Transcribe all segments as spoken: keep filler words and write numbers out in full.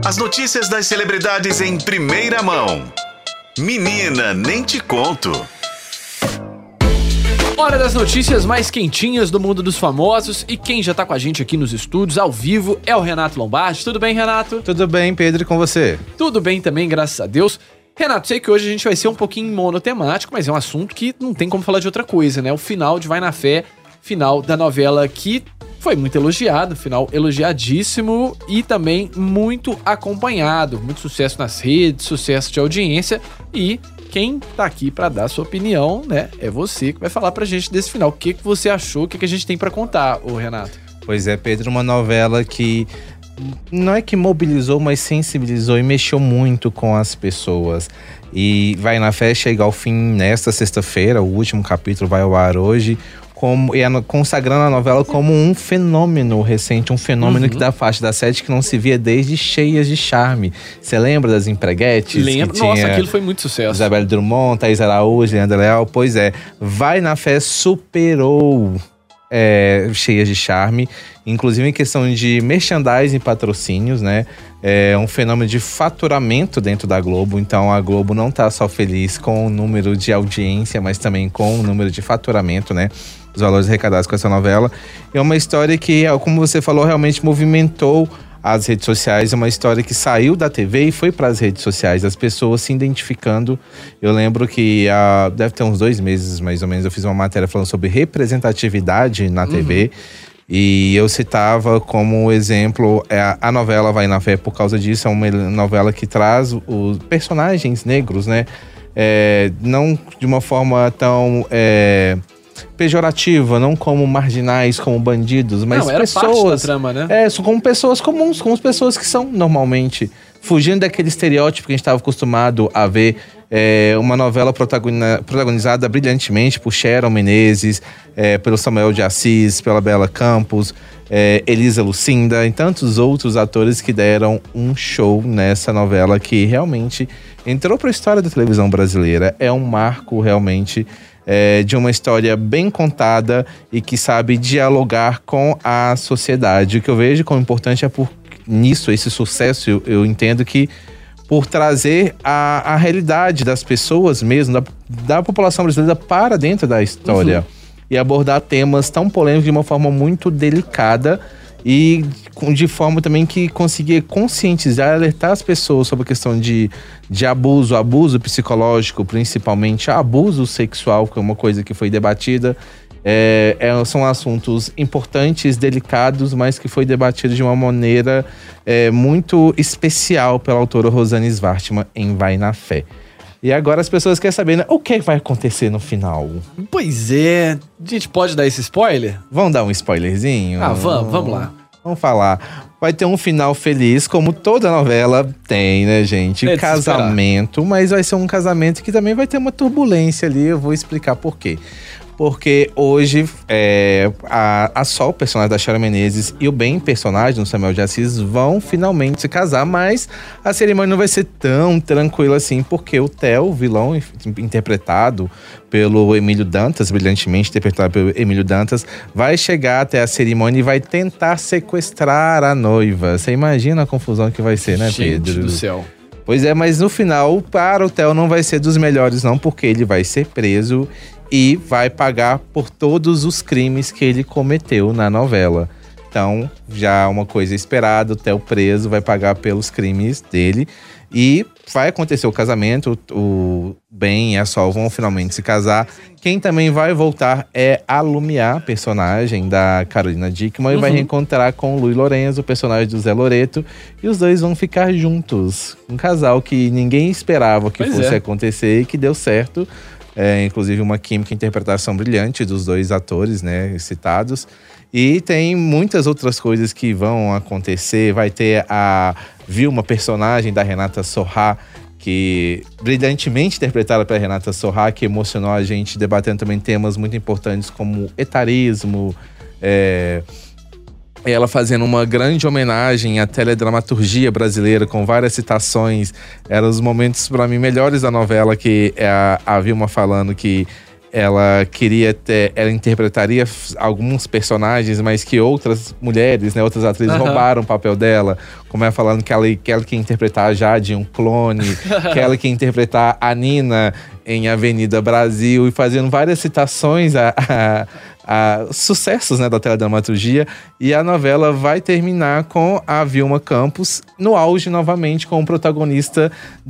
As notícias das celebridades em primeira mão. Menina, nem te conto. Hora das notícias mais quentinhas do mundo dos famosos. E quem já tá com a gente aqui nos estúdios, ao vivo, é o Renato Lombardi. Tudo bem, Renato? Tudo bem, Pedro, e com você? Tudo bem também, graças a Deus. Renato, sei que hoje a gente vai ser um pouquinho monotemático, mas é um assunto que não tem como falar de outra coisa, né? O final de Vai na Fé, final da novela que foi muito elogiado, final elogiadíssimo e também muito acompanhado. Muito sucesso nas redes, sucesso de audiência e quem tá aqui pra dar a sua opinião, né, é você que vai falar pra gente desse final. O que, que você achou, o que, que a gente tem pra contar, ô Renato? Pois é, Pedro, uma novela que não é que mobilizou, mas sensibilizou e mexeu muito com as pessoas. E Vai na Fé chega ao fim nesta sexta-feira, o último capítulo vai ao ar hoje, como, e consagrando a novela como um fenômeno recente, um fenômeno uhum. que da faixa da sete que não se via desde Cheias de Charme. Você lembra das empreguetes? Lembro, nossa, aquilo foi muito sucesso. Isabelle Drummond, Thaís Araújo, Leandro Leal, pois é. Vai na Fé superou é, Cheias de Charme, inclusive em questão de merchandising e patrocínios, né? É um fenômeno de faturamento dentro da Globo, então a Globo não tá só feliz com o número de audiência, mas também com o número de faturamento, né? Os valores arrecadados com essa novela. É uma história que, como você falou, realmente movimentou as redes sociais. É uma história que saiu da T V e foi para as redes sociais, as pessoas se identificando. Eu lembro que há, deve ter uns dois meses, mais ou menos, eu fiz uma matéria falando sobre representatividade na T V. Uhum. E eu citava como exemplo a, a novela Vai na Fé por causa disso. É uma novela que traz os personagens negros, né? É, não de uma forma tão é, pejorativa, não como marginais, como bandidos, mas não, era pessoas, parte da trama, né? É, são como pessoas comuns, como as pessoas que são normalmente, fugindo daquele estereótipo que a gente estava acostumado a ver. É uma novela protagonizada brilhantemente por Sharon Menezes, é, pelo Samuel de Assis, pela Bela Campos, é, Elisa Lucinda e tantos outros atores que deram um show nessa novela que realmente entrou para a história da televisão brasileira. É um marco realmente é, de uma história bem contada e que sabe dialogar com a sociedade. O que eu vejo como importante é por nisso, esse sucesso, eu, eu entendo que por trazer a, a realidade das pessoas mesmo, da, da população brasileira para dentro da história. Uhum. E abordar temas tão polêmicos de uma forma muito delicada e de forma também que conseguia conscientizar, alertar as pessoas sobre a questão de, de abuso, abuso psicológico, principalmente abuso sexual, que é uma coisa que foi debatida. É, é, são assuntos importantes, delicados, mas que foi debatido de uma maneira é, muito especial pela autora Rosane Svartman em Vai na Fé. E agora as pessoas querem saber, né, o que vai acontecer no final. Pois é, a gente pode dar esse spoiler? Vamos dar um spoilerzinho? Ah, vamos, vamos lá. Vamos falar. Vai ter um final feliz, como toda novela tem, né, gente? É casamento, mas vai ser um casamento que também vai ter uma turbulência ali, eu vou explicar por quê. Porque hoje é, a, a Sol, personagem da Sharon Menezes, e o Ben, personagem do Samuel de Assis, vão finalmente se casar, mas a cerimônia não vai ser tão tranquila assim, porque o Theo, vilão interpretado pelo Emílio Dantas, brilhantemente interpretado pelo Emílio Dantas, vai chegar até a cerimônia e vai tentar sequestrar a noiva. Você imagina a confusão que vai ser, né, Pedro? Gente do céu. Pois é, mas no final, para o Theo não vai ser dos melhores não, porque ele vai ser preso e vai pagar por todos os crimes que ele cometeu na novela. Então, já uma coisa esperada, o Theo preso vai pagar pelos crimes dele. E vai acontecer o casamento, o Ben e a Sol vão finalmente se casar. Quem também vai voltar é a Lumiar, personagem da Carolina Dickman, uhum. e vai reencontrar com o Luiz Lorenzo, o personagem do Zé Loreto. E os dois vão ficar juntos. Um casal que ninguém esperava que pois fosse é. acontecer e que deu certo. É, inclusive uma química e interpretação brilhante dos dois atores, né, citados. E tem muitas outras coisas que vão acontecer. Vai ter a Vilma, personagem da Renata Sorrah, que brilhantemente interpretada pela Renata Sorrah, que emocionou a gente, debatendo também temas muito importantes como etarismo, é, ela fazendo uma grande homenagem à teledramaturgia brasileira, com várias citações. Eram os momentos, para mim, melhores da novela, que é a, a Vilma falando que ela queria ter, ela interpretaria alguns personagens, mas que outras mulheres, né, outras atrizes uhum. roubaram o papel dela, como é falando que ela, que ela quer interpretar a Jade em um clone, que ela quer interpretar a Nina em Avenida Brasil, e fazendo várias citações a, a, a sucessos, né, da teledramaturgia. E a novela vai terminar com a Vilma Campos no auge novamente, com o protagonista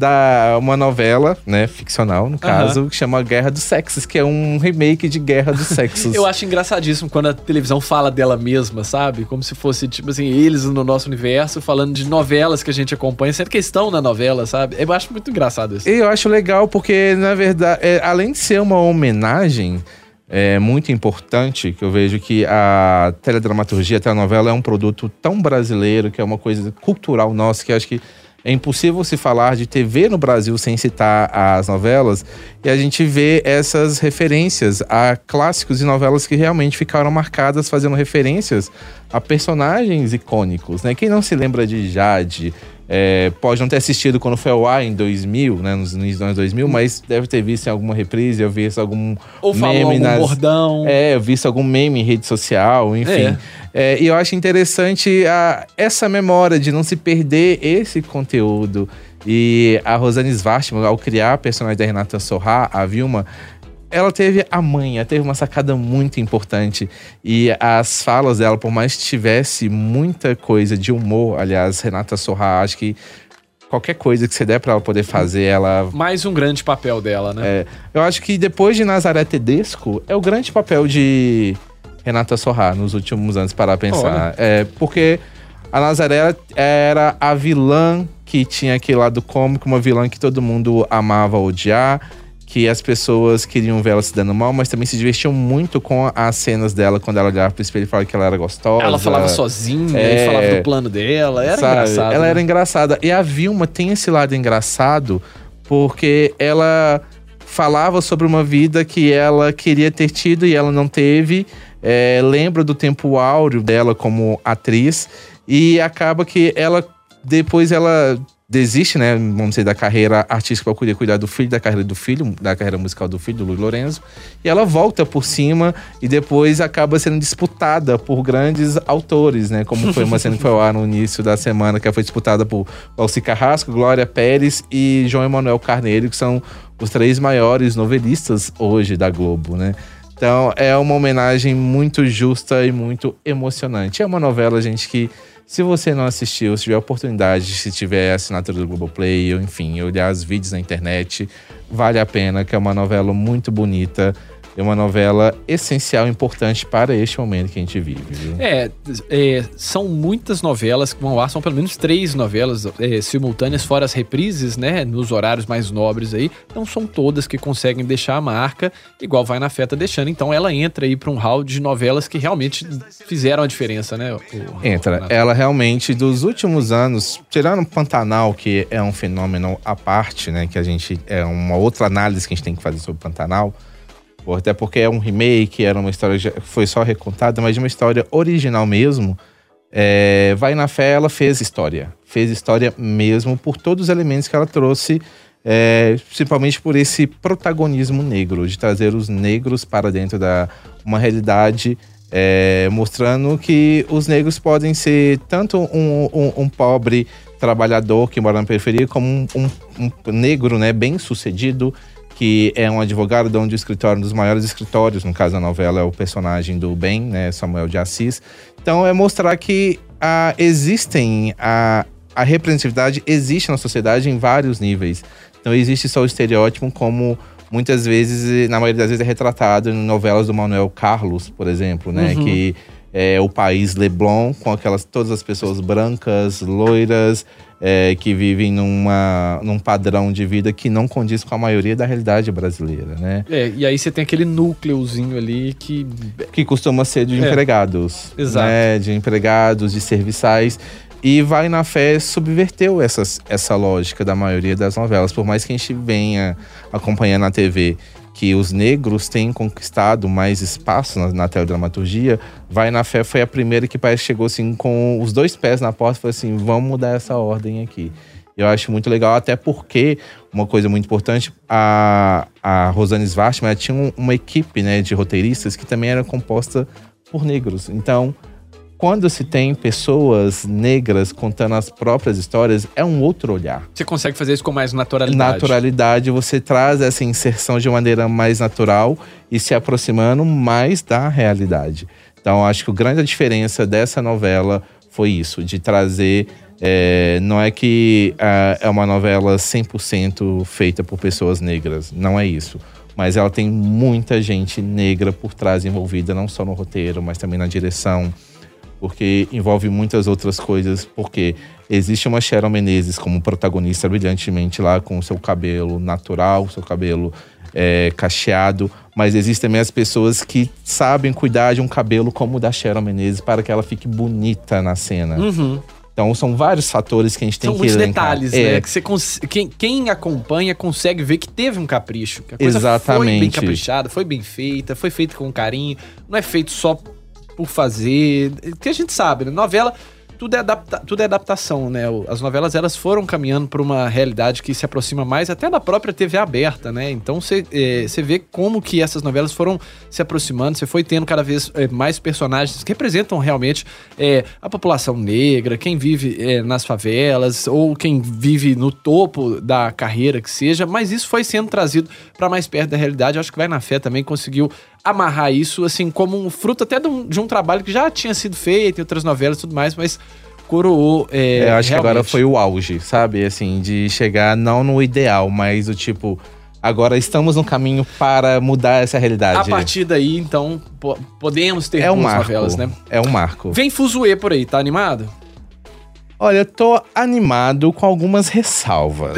da uma novela, né, ficcional no caso, uhum. que chama Guerra dos Sexos, que é um remake de Guerra dos Sexos. Eu acho engraçadíssimo quando a televisão fala dela mesma, sabe? Como se fosse, tipo assim, eles no nosso universo falando de novelas que a gente acompanha, sendo que estão na novela, sabe? Eu acho muito engraçado isso. Eu acho legal porque, na verdade, é, além de ser uma homenagem é, muito importante, que eu vejo que a teledramaturgia, a telenovela é um produto tão brasileiro, que é uma coisa cultural nossa, que eu acho que é impossível se falar de T V no Brasil sem citar as novelas, e a gente vê essas referências a clássicos e novelas que realmente ficaram marcadas, fazendo referências a personagens icônicos, né? Quem não se lembra de Jade, é, pode não ter assistido quando foi ao ar em dois mil, né? Nos inícios dos anos dois mil, mas deve ter visto em alguma reprise, eu visto algum Ou falou meme algum nas... bordão. É, eu visto algum meme em rede social, enfim. É. É, e eu acho interessante a, essa memória de não se perder esse conteúdo. E a Rosane Svartman, ao criar a personagem da Renata Sorrah, a Vilma, ela teve a manha, teve uma sacada muito importante. E as falas dela, por mais que tivesse muita coisa de humor, aliás, Renata Sorrah, acho que qualquer coisa que você der pra ela poder fazer, ela... Mais um grande papel dela, né? É, eu acho que depois de Nazaré Tedesco, é o grande papel de Renata Sorrah nos últimos anos, para pensar. É, porque a Nazaré era a vilã que tinha aquele lado cômico, uma vilã que todo mundo amava odiar, que as pessoas queriam ver ela se dando mal, mas também se divertiam muito com as cenas dela, quando ela olhava pro espelho e falava que ela era gostosa. Ela falava sozinha, é, e falava do plano dela, era sabe? engraçado. Ela né? era engraçada. E a Vilma tem esse lado engraçado, porque ela falava sobre uma vida que ela queria ter tido e ela não teve. É, lembra do tempo áureo dela como atriz, e acaba que ela, depois ela desiste, né, vamos dizer, da carreira artística para poder cuidar do filho, da carreira do filho, da carreira musical do filho, do Luiz Lorenzo, e ela volta por cima e depois acaba sendo disputada por grandes autores, né, como foi uma cena que foi ao ar no início da semana, que foi disputada por Alci Carrasco, Glória Pérez e João Emanuel Carneiro, que são os três maiores novelistas hoje da Globo, né. Então é uma homenagem muito justa e muito emocionante. É uma novela, gente, que se você não assistiu, se tiver oportunidade, se tiver assinatura do Globoplay, ou enfim, olhar os vídeos na internet, vale a pena, que é uma novela muito bonita. É uma novela essencial, importante para este momento que a gente vive, viu? É, é são muitas novelas que vão ao ar, são pelo menos três novelas é, simultâneas, fora as reprises, né, nos horários mais nobres aí. Não são todas que conseguem deixar a marca, igual Vai na Fé tá deixando. Então ela entra aí para um hall de novelas que realmente fizeram a diferença, né? O, entra. o ela realmente, dos últimos anos, tirando Pantanal, que é um fenômeno à parte, né, que a gente, é uma outra análise que a gente tem que fazer sobre Pantanal, até porque é um remake, era uma história que foi só recontada, mas de uma história original mesmo. É, Vai na Fé, ela fez história. Fez história mesmo por todos os elementos que ela trouxe, é, principalmente por esse protagonismo negro, de trazer os negros para dentro da uma realidade, é, mostrando que os negros podem ser tanto um, um, um pobre trabalhador que mora na periferia, como um, um, um negro, né, bem sucedido, que é um advogado, dono de escritório, um dos maiores escritórios, no caso da novela é o personagem do Ben, né, Samuel de Assis. Então é mostrar que a, existem, a, a representatividade existe na sociedade em vários níveis. Então existe só o estereótipo, como muitas vezes, na maioria das vezes é retratado em novelas do Manuel Carlos, por exemplo, né, uhum. que é o país Leblon, com aquelas, todas as pessoas brancas, loiras, É, que vivem numa, num padrão de vida que não condiz com a maioria da realidade brasileira, né? É, e aí você tem aquele núcleozinho ali que... Que costuma ser de é. empregados. Exato. Né? De empregados, de serviçais. E Vai na Fé subverteu essas, essa lógica da maioria das novelas. Por mais que a gente venha acompanhando na T V que os negros têm conquistado mais espaço na, na teledramaturgia, Vai na Fé foi a primeira que parece que chegou assim com os dois pés na porta e falou assim, vamos mudar essa ordem aqui. Eu acho muito legal, até porque, uma coisa muito importante, a, a Rosane Svartman tinha uma equipe, né, de roteiristas que também era composta por negros. Então, quando se tem pessoas negras contando as próprias histórias, é um outro olhar. Você consegue fazer isso com mais naturalidade. Naturalidade, você traz essa inserção de maneira mais natural e se aproximando mais da realidade. Então, acho que a grande diferença dessa novela foi isso, de trazer… É, não é que uh, é uma novela cem por cento feita por pessoas negras, não é isso. Mas ela tem muita gente negra por trás envolvida, não só no roteiro, mas também na direção. Porque envolve muitas outras coisas, porque existe uma Sharon Menezes como protagonista brilhantemente lá, com o seu cabelo natural, seu cabelo é, cacheado, mas existem também as pessoas que sabem cuidar de um cabelo como o da Sharon Menezes para que ela fique bonita na cena. Uhum. Então são vários fatores que a gente tem são que elencar. São muitos detalhes, é. né? Que você cons... quem, quem acompanha consegue ver que teve um capricho. Que a coisa Exatamente. foi bem caprichada, foi bem feita, foi feita com carinho. Não é feito só por fazer. Que a gente sabe, né? Novela, tudo é, adapta... tudo é adaptação, né? As novelas, elas foram caminhando para uma realidade que se aproxima mais até da própria T V aberta, né? Então você é, vê como que essas novelas foram se aproximando, você foi tendo cada vez é, mais personagens que representam realmente é, a população negra, quem vive é, nas favelas ou quem vive no topo da carreira que seja, mas isso foi sendo trazido para mais perto da realidade. Eu acho que Vai na Fé também conseguiu amarrar isso, assim, como um fruto até de um, de um trabalho que já tinha sido feito em outras novelas e tudo mais, mas coroou. É, é, eu acho realmente. que agora foi o auge, sabe? Assim, de chegar não no ideal, mas o tipo, agora estamos no caminho para mudar essa realidade. A partir daí, então, po- podemos ter é um boas marco, novelas, né? É um marco. Vem Fuzue por aí, tá animado? Olha, eu tô animado com algumas ressalvas.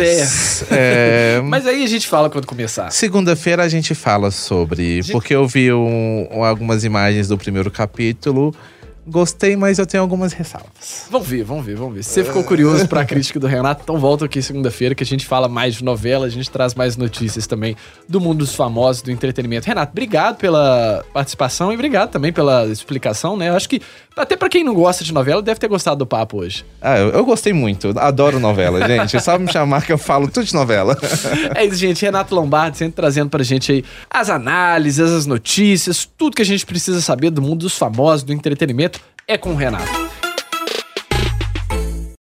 É. É, Mas aí a gente fala quando começar. segunda-feira a gente fala sobre… Gente- Porque eu vi um- algumas imagens do primeiro capítulo. Gostei, mas eu tenho algumas ressalvas. Vamos ver, vamos ver, vamos ver. Se você ficou curioso pra crítica do Renato, então volta aqui segunda-feira que a gente fala mais de novela, a gente traz mais notícias também do mundo dos famosos, do entretenimento. Renato, obrigado pela participação e obrigado também pela explicação, né? Eu acho que até pra quem não gosta de novela, deve ter gostado do papo hoje. Ah, eu, eu gostei muito. Adoro novela, gente. É só me chamar que eu falo tudo de novela. É isso, gente. Renato Lombardi sempre trazendo pra gente aí as análises, as notícias, tudo que a gente precisa saber do mundo dos famosos, do entretenimento, é com o Renato.